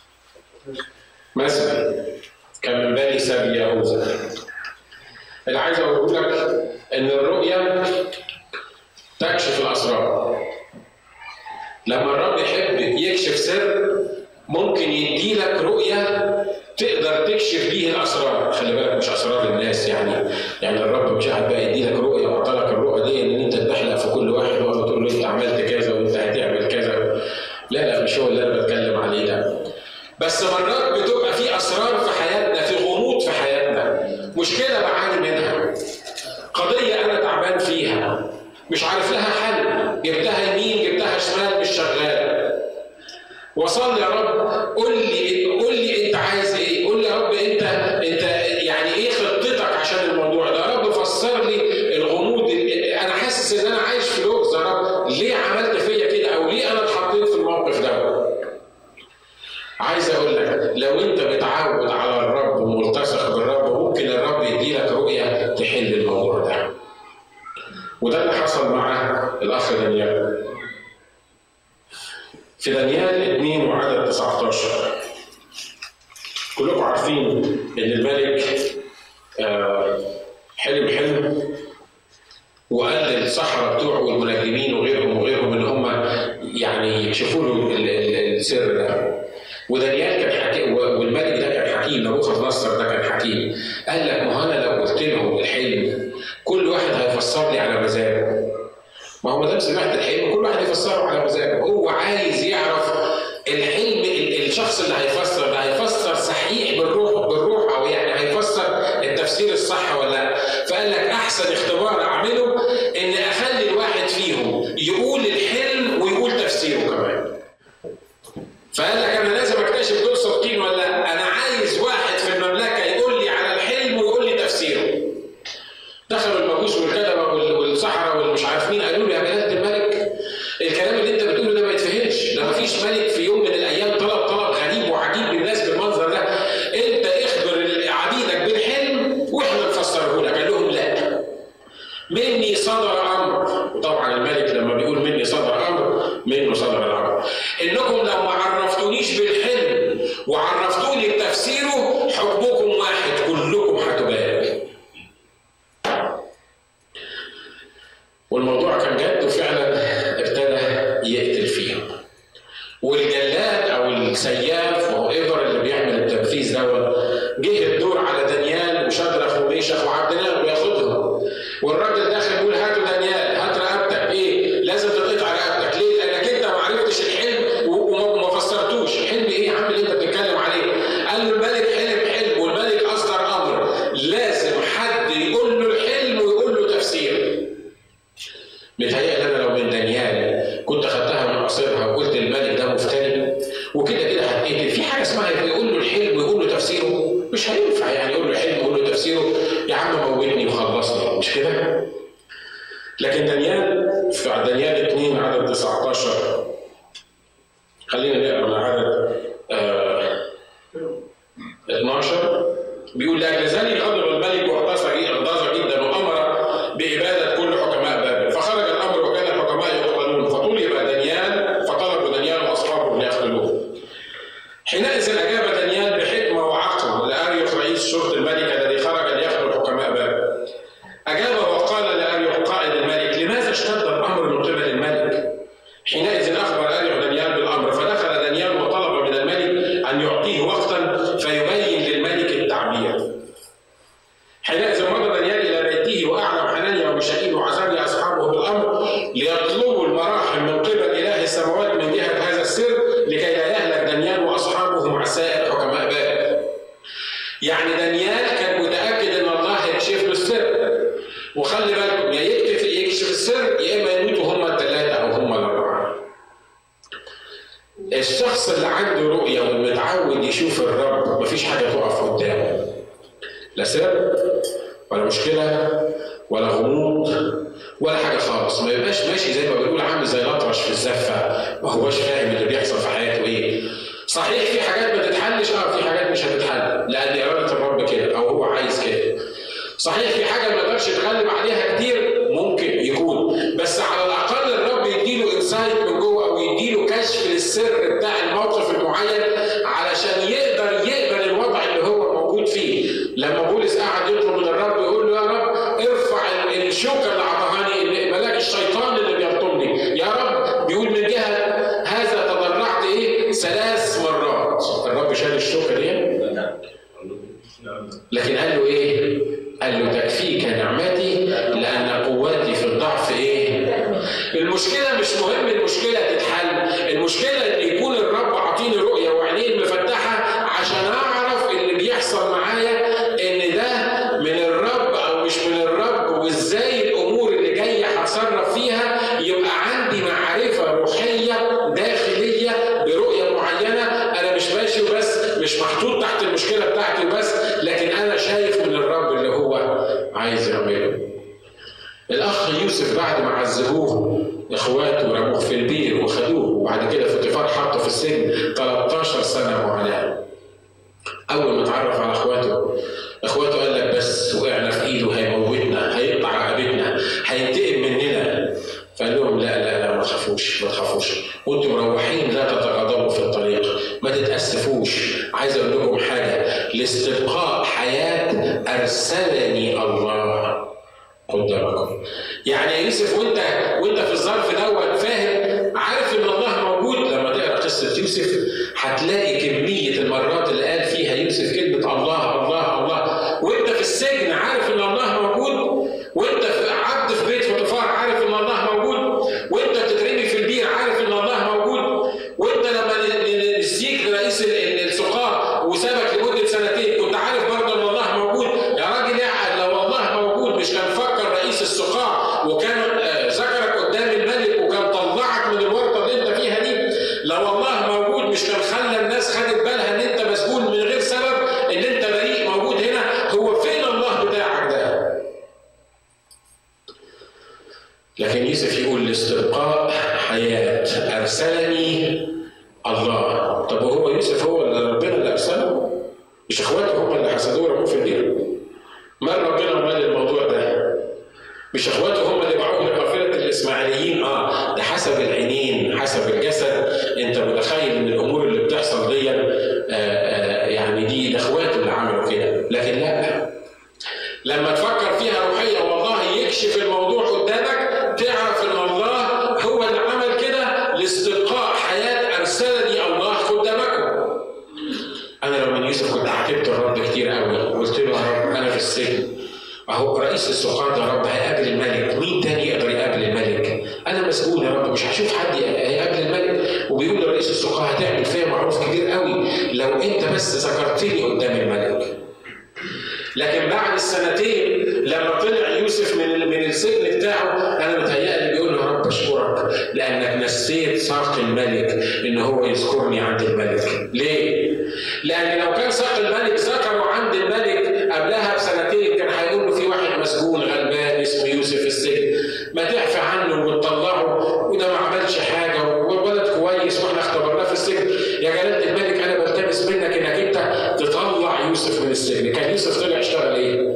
مسبي، كان من بني سبي يهوذا. اللي عايز اقوله لك ان الرؤيه تكشف الاسرار. لما الرب يحب يكشف سر ممكن يدي لك رؤيه تقدر تكشف بيه الاسرار. خلي بالك مش اسرار الناس، يعني الرب مش قاعد بقى يدي لك رؤيه ويعطى لك الرؤيه دي ان انت تحلق في كل واحد وتقول له انت عملت كذا وانت هتعمل كذا. لا مش هو اللي انا بتكلم عليه ده. بس مرات بتبقى في اسرار في حياتنا، في غموض في حياتنا، مشكله بعاني منها، قضيه انا تعبان فيها مش عارف لها حل، جبتها يمين جبتها شمال مش شغال. وصل يا رب قول لي انت عايز ايه؟ قول لي يا رب انت يعني ايه خطتك عشان الموضوع ده؟ يا رب فسر لي الغموض. انا حاسس ان انا عايش في لغز. يا رب ليه عملت فيا كده؟ او ليه انا اتحطيت في الموقف ده؟ عايز اقول لك لو انت بتعود على الرب وملتصق بالرب ممكن الرب يدي لك رؤيه تحل الموضوع ده. وده اللي حصل مع الاخ دانيال. في دانيال 2 وعدد 19 كلكم عارفين ان الملك حلم وقال للسحرة بتوعه والمنجمين وغيرهم ان هم يعني يكشفوا له السر ده. ودانيال كان حكيم، والملك ده كان حكيم، نبوخذ نصر ده كان حكيم. قال لك ما انا لو قلت لهم الحلم كل واحد هيفسر لي على مزاجه. ما هو ما دام سمعت الحلم كل واحد يفسره على مزاجه. هو عايز يعرف الحلم الشخص اللي هيفسر صحيح بالروح او يعني هيفسر التفسير الصح ولا لا. فقال لك احسن اختبار اعمله ان اخلي الواحد فيهم يقول الحلم ويقول تفسيره كمان. فقال لك انا لازم اكتشف دول صادقين ولا لا. انا عايز واحد في المملكه يقول لي على الحلم ويقول لي تفسيره. دخلوا المجوس والكتبه والسحره والمش عارف مين قالوا له يا جلاله الملك الكلام اللي انت بتقوله ده ما يتفهمش. ده ما فيش ملك في يوم من الايام طلب غريب وعجيب للناس بالمنظر ده. انت اخبر عبيدك بالحلم واحنا نفسره لك. قال لهم لا، مني صدر امر. وطبعا الملك لما بيقول مني صدر امر منه صدر الامر. انكم لو ما عرفتونيش بالحلم وعرفتوني بتفسيره حكمكم واحد، كلكم هتبارك. والموضوع كان جد وفعلا ابتدى يقتل فيهم. والجلاد او السياف وهو اللي بيعمل التنفيذ ده جه الدور على دانيال وشدرخ وميشخ وعبدناغ وياخدهم. والراجل داخل بيقول هاتوا دانيال، هات رقبتك. ايه لازم تتقطع رقبتك؟ ليه؟ لانك انت ما عرفتش الحلم وما فسرتوش. حلم ايه يا عم اللي انت بتتكلم عليه؟ قال له الملك حلم والملك اصدر امر لازم حد يقول له الحلم ويقول له تفسير. متهيألي انا لو من دانيال كنت خدتها من قصيرها وقلت الملك ده مفتري وكده هتقتل. في حاجه اسمها يقول له الحلم ويقول له تفسيره؟ مش هينفع. يعني يقول له الحلم ويقول له تفسيره يا عم موتني وخلصني، مش كده؟ لكن دانيال في دانيال 2 عدد 19 خلينا نقرا من عدد 12 بيقول لاجل ذلك غضب الملك واغتاظ جدا وامر باباده كل حكماء بابل. فخرج الامر وكان الحكماء يقتلون فطلب دانيال فطلبوا دانيال واصحابه ليقتلوه. حينئذ اجاب دانيال بحكمه وعقل لاريوخ رئيس شرطه الملك الذي خرج ليقتل حكماء بابل. اجاب وقال لاريوخ قائد الملك لماذا اشتد الامر من قبل الملك؟ حينئذ اخبر اريوخ دانيال بالامر فدخل دانيال وطلب من الملك ان يعطيه وقتا فيبين للملك التعبير. حينئذ مضى دانيال الى بيته واعلم حنانيا وميشائيل وعزاريا اصحابه بالامر ليطلبوا المراحم من قبل اله السماوات من جهه هذا السر لكي لا يهلك دانيال واصحابه مع سائر حكماء بابل. يعني دانيال كان متاكد ان الله هيكشف له السر. وخلي بالكم يا يكشف السر يا اما يموتوا هم الثلاثه او هم الاربعه. الشخص اللي عنده رؤيه والمتعود يشوف الرب مفيش حاجه تقف قدامه، لا سر ولا مشكله ولا غموض ولا حاجه خالص، ما يبقاش ماشي زي ما بنقول عامل زي الاطرش في الزفه، ما هوش فاهم اللي بيحصل في حياته ايه. صحيح في حاجات ما تتحلش، في حاجات مش هتتحل لان اراده الرب كده او هو عايز كده. صحيح في حاجه ما يقدرش يتغلب عليها كتير، ممكن يكون، بس على الاقل الرب يديله انسايت من جوه او يديله كشف للسر بتاع الموقف المعين علشان يقبل الوضع اللي هو موجود فيه. لما بولس قاعد يطلب من الرب يقول له يا رب ارفع الشوكه اللي عطاهاني ملاك الشيطان اللي بيلطمني، يا رب بيقول من جهه هذا تضرعت 3 مرات. الرب شال الشوكه دي، لكن قال له ايه؟ قال له تكفيك نعمتي لان قوتي في الضعف المشكله مش مهم المشكله تتحل، المشكله ان يكون الرب عطيني رؤيه وعينين مفتحه عشان اعرف اللي بيحصل معايا ان ده من الرب او مش من الرب، وازاي الامور اللي جايه هتصرف فيها. يبقى عندي معرفه روحيه داخليه برؤيه معينه، انا مش ماشي وبس، مش محطوط تحت المشكله بتاعتي وبس، لكن انا شايف من الرب اللي هو عايز يعمله. الاخ يوسف بعد ما عذبوه اخواته ورموه في البير وخدوه، وبعد كده فوتيفار حطه في السجن 13 سنه معاناه. اول ما اتعرف على اخواته قال لك بس وقعنا في ايده هيموتنا، هيقطع رقبتنا، هينتقم مننا. فقال لهم لا ما تخافوش وانتم مروحين لا تتغاضبوا في الطريق، ما تتاسفوش. عايز اقول لكم حاجه، لاستبقاء حياه ارسلني الله قدامكم. يعني يوسف وانت في الظرف دوت فاهم عارف ان الله موجود. لما تقرا قصه يوسف هتلاقي كميه المرات اللي قال فيها يوسف كلمه الله الله الله، وانت في السجن عارف ان الله موجود، وانت عبد في بيت فوتيفار عارف ان الله موجود، وانت بتترمي في البير عارف ان الله موجود، وانت لما نسيك رئيس السقاة وسابك لمده 2 كنت عارف برضه ان الله موجود. يا راجل لو الله موجود مش كان فكر رئيس السقاة وكان ذكرك قدام الملك وكان طلعك من الورطه اللي انت فيها دي؟ لو الله موجود مش كان خلى الناس خدت بالها ان انت مسجون من غير سبب، ان انت بريء موجود هنا؟ هو فين الله بتاعك ده؟ لكن يوسف يقول لاستبقاء حياه ارسلني الله. طب وهو يوسف هو اللي ربنا اللي ارسله؟ مش اخواته هم اللي حسدوه ورموه في البير؟ مال ربنا ومال الموضوع ده؟ مش اخواته هم اللي باعوه لقافله الاسماعيليين؟ ده حسب العينين حسب الجسد. انت متخيل ان الامور اللي بتحصل دي يعني دي اخواته اللي عملوا كده؟ لكن لا، لما تفكر فيها روحيه والله يكشف الموضوع قدامك تعرف ان الله هو اللي عمل كده لاستبقاء حياه ارسلني الله قدامكم. انا لو من يوسف كنت حكيت الرب كتير قوي، قلت له يا رب انا في السجن اهو، رئيس السقاة يا رب هيقابل الملك، مين تاني يقدر يقابل الملك؟ انا مسؤول يا رب، مش هشوف حد هيقابل الملك. وبيقول لرئيس السقاة هتعمل فيها معروف كبير قوي لو انت بس ذكرتني قدام الملك. لكن بعد 2 لما طلع يوسف من السجن بتاعه، انا متهيألي بيقول له يا رب اشكرك لانك نسيت ساق الملك ان هو يذكرني عند الملك. ليه؟ لان لو كان ساق الملك ذكره عند الملك قبلها ب2 كان هيقول له في واحد مسجون غلبان اسمه يوسف في السجن، ما تعفى عنه وتطلعه، وده ما عملش حاجه وولد كويس واحنا اختبرناه في السجن. يا جلاله الملك انا بلتمس منك انك انت تطلع يوسف من السجن. كان يوسف طلع اشتغل ايه؟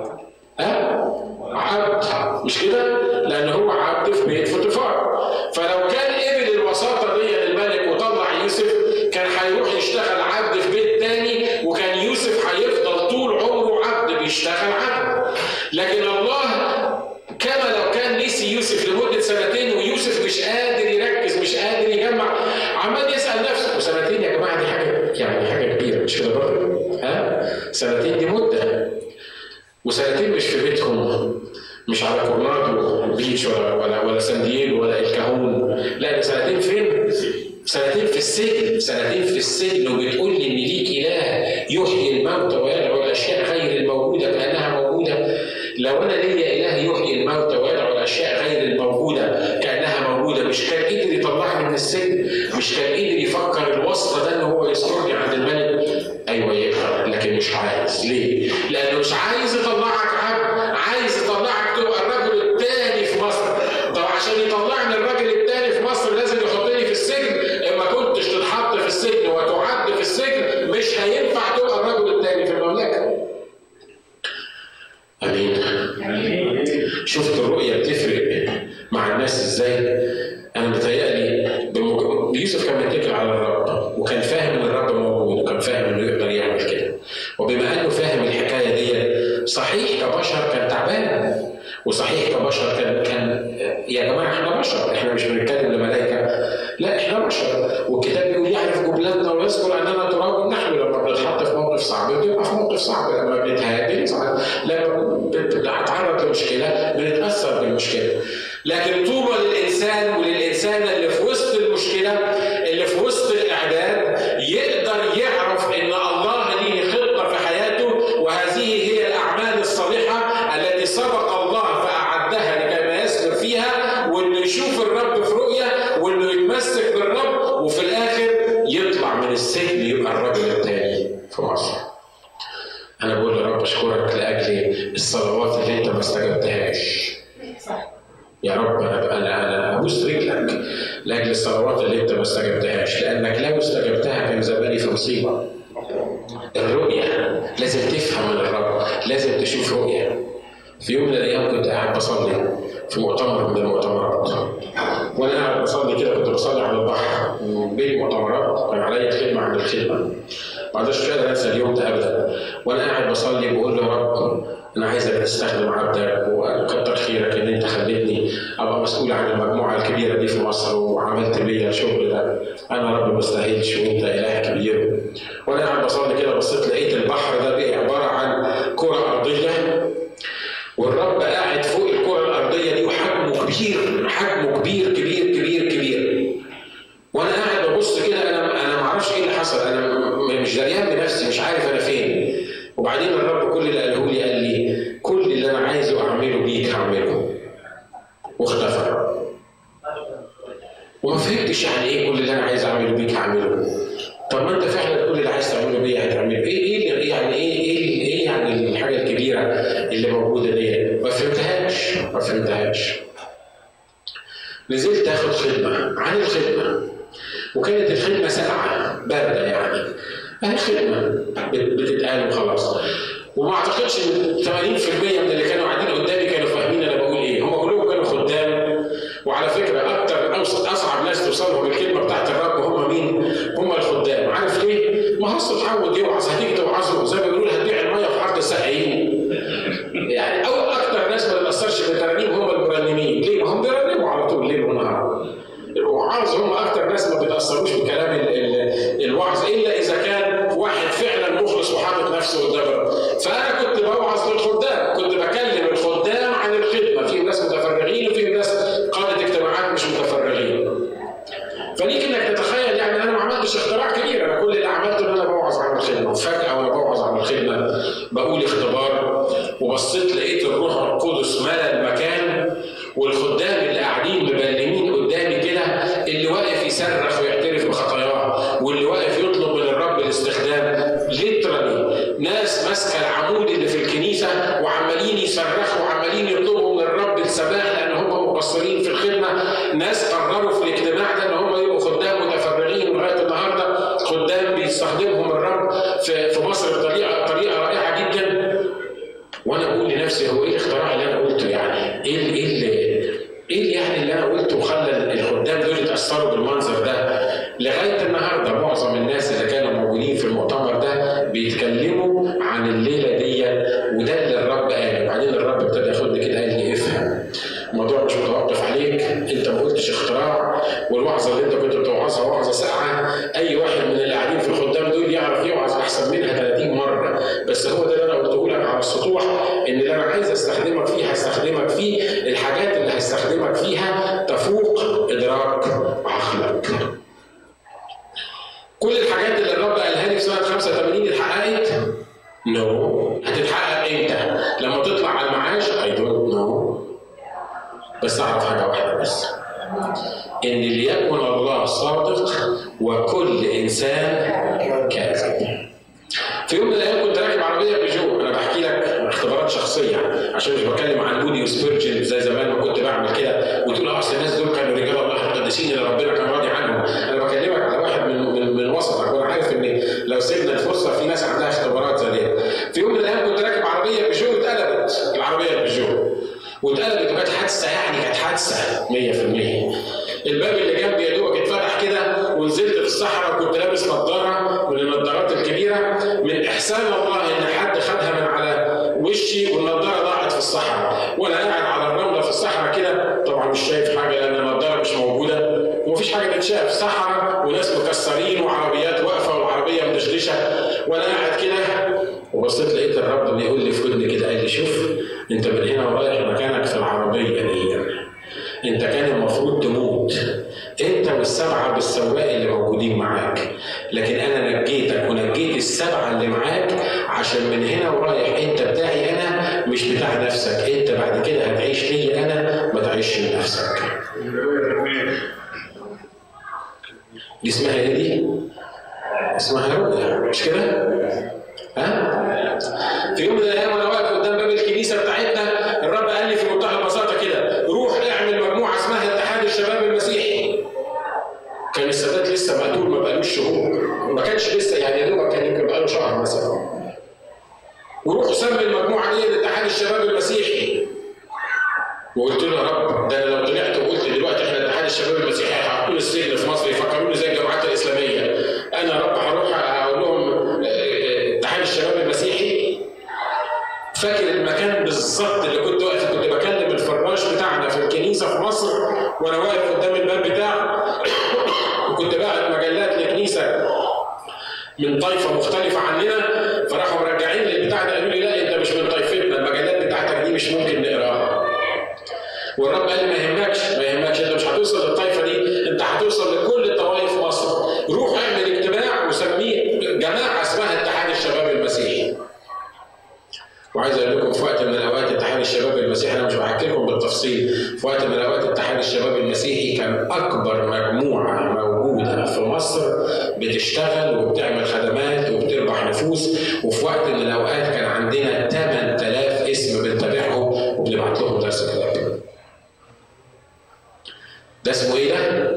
عبد، مش كده؟ لان هو عبد في بيت فوتيفار. فلو كان قبل الوساطه دي للملك وطلع يوسف كان هيروح يشتغل عبد في بيت تاني، وكان يوسف هيفضل طول عمره عبد بيشتغل عبد. لكن الله كما لو كان نسي يوسف لمده 2 ويوسف مش قادر يركز مش قادر يجمع، عمال يسال نفسه. و2 يا جماعه دي حاجه يعني حاجه كبيره مش كده برضه؟ 2 دي مده، و2 مش في بيتهم، مش على كورنادو بيتش ولا سان دييغو ولا الكهون، لا ده 2 فين؟ 2 في السجن. 2 في السجن وبتقول لي ان ليك اله يحيي الموتى ويدعو الاشياء غير الموجوده كانها موجوده. لو انا ليا اله يحيي الموتى ويدعو الاشياء غير الموجوده كانها موجوده، مش كان قدر يطلعني من السجن؟ مش كان قدر يفكر الواسطه ده ان هو يذكرني عند الملك؟ ايوه يقدر، لكن مش عايز. ليه؟ لانه مش عايز يطلعك عبد صحيح كبشر كان تعبان، وصحيح كبشر كان يا جماعه احنا بشر، احنا مش بنتكلم لملائكه، لا احنا بشر. والكتاب بيقول يعرف جبلتنا ويذكر اننا تراب نحن. لما بنتحط في موقف صعب بنبقى في موقف صعب، لما بنتهاب بنزعل، لما بنتعرض لمشكله بنتاثر بالمشكله. لكن طوبى للانسان وللانسانه اللي في وسط المشكله، اللي في وسط الاعداد، يقدر يعرف ان الله ليه خطه في حياته، وهذه هي الاعمال الصالحه التي سبق الله فاعدها لكي ما يسلك فيها، وانه يشوف الرب في رؤيه، وانه يتمسك بالرب، وفي الاخر يطلع من السجن يبقى الرجل الثاني في مصر. انا بقول يا رب اشكرك لاجل الصلوات اللي انت ما استجبتهاش. يا رب انا ابوس رجلك لاجل الصلوات اللي انت ما استجبتهاش، لانك لو استجبتها كان زماني في مصيبه. الرؤيه لازم تفهم من الرب، لازم تشوف رؤيه. في يوم من الايام كنت قاعد بصلي في مؤتمر من المؤتمرات، وانا قاعد بصلي كده، كنت بصلي على البحر بين مؤتمرات، كان عليا خدمه عند الخدمه، ما قدرتش مش قادر انسى اليوم ده ابدا. وانا قاعد بصلي بقول له يا رب انا عايزك تستخدم عبدك، وكتر خيرك ان انت خليتني ابقى مسؤول عن المجموعه الكبيره دي في مصر، وعملت بيا الشغل ده. انا رب ما استاهلش وانت اله كبير. وانا قاعد بصلي كده بصيت لقيت البحر ده بقى عباره عن كره ارضيه، والرب قاعد فوق الكره الارضيه دي، وحجمه كبير، حجمه كبير كبير كبير كبير. وانا قاعد ببص كده، انا ما اعرفش ايه اللي حصل، انا مش دريان بنفسي، مش عارف انا فين. وبعدين الرب كل اللي قاله لي قال لي كل اللي انا عايزه اعمله بيك هعمله. واختفى الرب، وما فهمتش يعني ايه كل اللي انا عايز اعمله بيك هعمله. طب ما انت فعلا كل اللي عايز تعمله بيا هتعمله. ايه يعني ايه يعني الحاجه الكبيره اللي موجوده دي؟ ما فهمتهاش. نزلت اخد خدمه عن الخدمه، وكانت الخدمه ساقعه بارده، يعني الخدمه بتتقال وخلاص. وما اعتقدش ان 80% من اللي كانوا قاعدين قدامي كانوا فاهمين انا بقول ايه. هم كلهم كانوا خدام، وعلى فكره اكتر اصعب ناس توصلهم الكلمه بتاعت الرب هم مين؟ هم الخدام. عارف ليه؟ ما هو اتعود يوعظ، هتيجي توعظه زي ما بيقولوا هتبيع الميه في حاره السقايين. يعني او اكتر ناس ما بتاثرش بالترنيم هم المرنمين. ليه؟ ما هم بيرنموا على طول ليل ونهار. الوعاظ هم اكتر ناس ما بيتاثروش بكلام الوعظ، الا اذا كان واحد فعلا مخلص وحاطط نفسه قدام. فانا كنت بوعظ للخدام، كنت بكلم الخدام عن الخدمه. في ناس متفرغين وفي ناس قاده اجتماعات مش متفرغين. فليك انك تتخيل يعني انا ما عملتش اختراع كبير، انا كل اللي عملته ان انا بوعظ عن الخدمه. وفجاه وانا بوعظ عن الخدمه بقول اختبار، وبصيت لقيت الروح القدس ملا المكان، والخدام اللي قاعدين مبلمين قدامي كده، اللي واقف يصرخ ويعترف بخطاياه، واللي واقف يطلب من الرب الاستخدام. ليترالي ناس ماسكه العمود اللي في الكنيسه وعمالين يصرخوا وعمالين يطلبوا من الرب السماح لان هم مقصرين في الخدمه. ناس قرروا في الاجتماع ده ان هم يبقوا خدام متفرغين، ولغايه النهارده خدام بيستخدمهم الرب في مصر بطريقه رائعه جدا. وانا بقول لنفسي هو ايه الاختراع اللي انا قلته؟ يعني ايه يعني اللي انا قلته وخلى الخدام دول يتاثروا بالمنظر ده؟ لغايه النهارده معظم الناس اللي كانوا موجودين في المؤتمر ده بيتكلموا عن الليله دي، وده اللي الرب قاله. بعدين الرب ابتدى ياخدني كده قال لي افهم، الموضوع مش متوقف عليك، انت ما قلتش اختراع، والوعظه اللي انت كنت بتوعظها وعظه ساعه. اي واحد من اللي قاعدين في الخدام دول يعرف يوعظ احسن منها 30 مره، بس هو ده اللي انا قلته لك على السطوح، ان اللي انا عايز استخدمك فيه هستخدمك فيه. الحاجات اللي هستخدمك فيها تفوق ادراك عقلك. كل الحاجات اللي الرب قالها لي في سنه 85 اتحققت؟ نو. هتتحقق امتى؟ لما تطلع على المعاش؟ اي دونت نو. بس اعرف حاجه واحده بس، ان ليكن الله صادق وكل انسان كاذب. في يوم من الايام كنت راكب عربيه بيجو، انا بحكي لك اختبارات شخصيه عشان مش بتكلم عن مودي وسبيرجن زي زمان ما كنت بعمل كده وتقول اصل الناس دول كانوا رجال الله القديسين اللي ربنا كان راضي عنهم. انا بكلمك على واحد من وسطك، وانا عارف ان لو سيبنا الفرصه في ناس عندها اختبارات زي دي. في يوم من الايام كنت راكب عربيه بيجو واتقلبت العربيه البيجو، واتقلبت وكانت حادثه، يعني كانت حادثه 100%. الباب اللي جنبي يا دوبك اتفتح كده، ونزلت في الصحراء وكنت لابس نظاره من النظارات الكبيره. من احسان الله ان حد خدها من على وش وشي والنضاره ضاعت في الصحراء، وانا قاعد على الرمله في الصحراء كده، طبعا مش شايف حاجه لان النضاره مش موجوده ومفيش حاجه تتشاف، صحراء وناس مكسرين وعربيات واقفه والعربيه مدشدشه، وانا قاعد كده وبصيت لقيت الرب بيقول لي في ودني كده، قال لي شوف انت من هنا ورايح مكانك في العربيه دي، انت كان المفروض تموت انت والسبعه بالسواق اللي موجودين معاك، لكن انا نجيتك ونجيت السبعه اللي معاك عشان من هنا ورايح انت بتاعي انا مش بتاع نفسك، انت بعد كده هتعيش لي انا ما تعيش لنفسك. دي اسمها ايه دي؟ اسمها رؤيا، مش كده؟ ها؟ في يوم من الايام وانا واقف قدام باب الكنيسه بتاعتنا الرب قال لي في منتهى البساطه كده، روح اعمل مجموعه اسمها اتحاد الشباب المسيحي. كان السادات لسه مقتول ما بقالوش شهور، ما كانش لسه يعني يا دوبك كان يمكن بقاله شهر مثلا. وروح سمي المجموعه دي اتحاد الشباب المسيحي. وقلت له يا رب ده لو طلعت وقلت دلوقتي احنا اتحاد الشباب المسيحي هيحطوني السجن في مصر يفكروني زي الجماعات الاسلاميه. انا يا رب هروح اقول لهم اتحاد الشباب المسيحي. فاكر المكان بالظبط اللي كنت واقف، كنت بكلم الفراش بتاعنا في الكنيسه في مصر وانا واقف قدام الباب بتاعه وكنت باعت مجلات لكنيسه من طائفه مختلفه عننا، فراحوا مرجعين لي البتاع ده قالوا لي لا انت مش من طائفتنا، المجلات بتاعتك دي مش ممكن نقراها. والرب قال لي ما يهمكش انت مش هتوصل للطائفه دي، انت هتوصل لكل الطوائف مصر. روح اعمل اجتماع وسميه جماعه اسمها اتحاد الشباب المسيحي. وعايز اقول لكم في وقت من الاوقات اتحاد الشباب المسيحي، انا مش بحكي لكم بالتفصيل، في وقت من الاوقات اتحاد الشباب المسيحي كان اكبر مجموعه موجوده في مصر بتشتغل وبتعمل خدمات وبتربح نفوس، وفي وقت من الاوقات كان عندنا 8000 اسم بنتابعهم وبنبعت لهم درس كتاب. ده اسمه ايه ده؟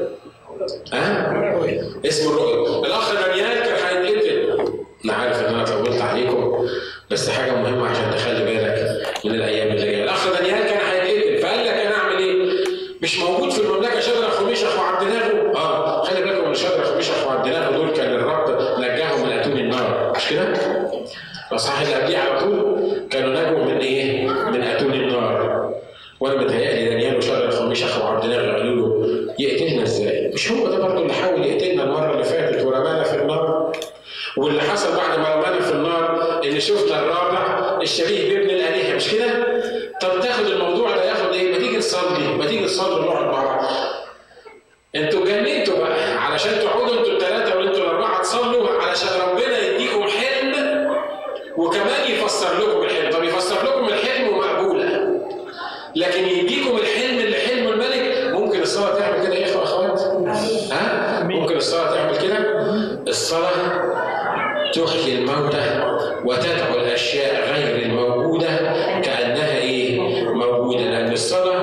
اسمه الرؤيا. الاخ دانيال كان هيتقتل. انا عارف ان انا طولت عليكم بس حاجه مهمه عشان تخلي بالك من الايام اللي جايه. الاخ دانيال كان هيتقتل فقال لك انا اعمل ايه؟ مش موجود في المملكه شدرخ وميشخ وعبد ناغو؟ خلي بالكم من شدرخ وميشخ وعبد ناغو دول كان الرب نجاهم من اتون النار، مش كده؟ الاصحاح اللي قبليه على طول كانوا نجوا من ايه؟ من اتون النار. وانا متهيألي دانيال وشدرخ وميشخ وعبد ناغو قالوا له يقتلنا ازاي؟ مش هو ده برضه اللي حاول يقتلنا المره اللي فاتت ورمانا في النار؟ واللي حصل بعد ما رمانا في النار ان شفنا الرابع الشبيه بابن الالهه، مش كده؟ طب تاخد الموضوع ده ياخد ايه؟ ما تيجي نصلي ونقعد مع بعض. انتوا اتجننتوا بقى علشان تقعدوا انتوا الثلاثه وانتوا الاربعه تصلوا علشان ربنا يديكم حلم وكمان يفسر لكم الحلم. طب يفسر لكم الحلم ومقبوله، لكن يديكم الحلم اللي حلمه الملك. ممكن الصلاه تعمل كده يا اخوات؟ ممكن الصلاه تعمل كده؟ الصلاه تحيي الموتى وتدعو الاشياء غير الموجوده كانها ايه؟ موجوده، لان الصلاه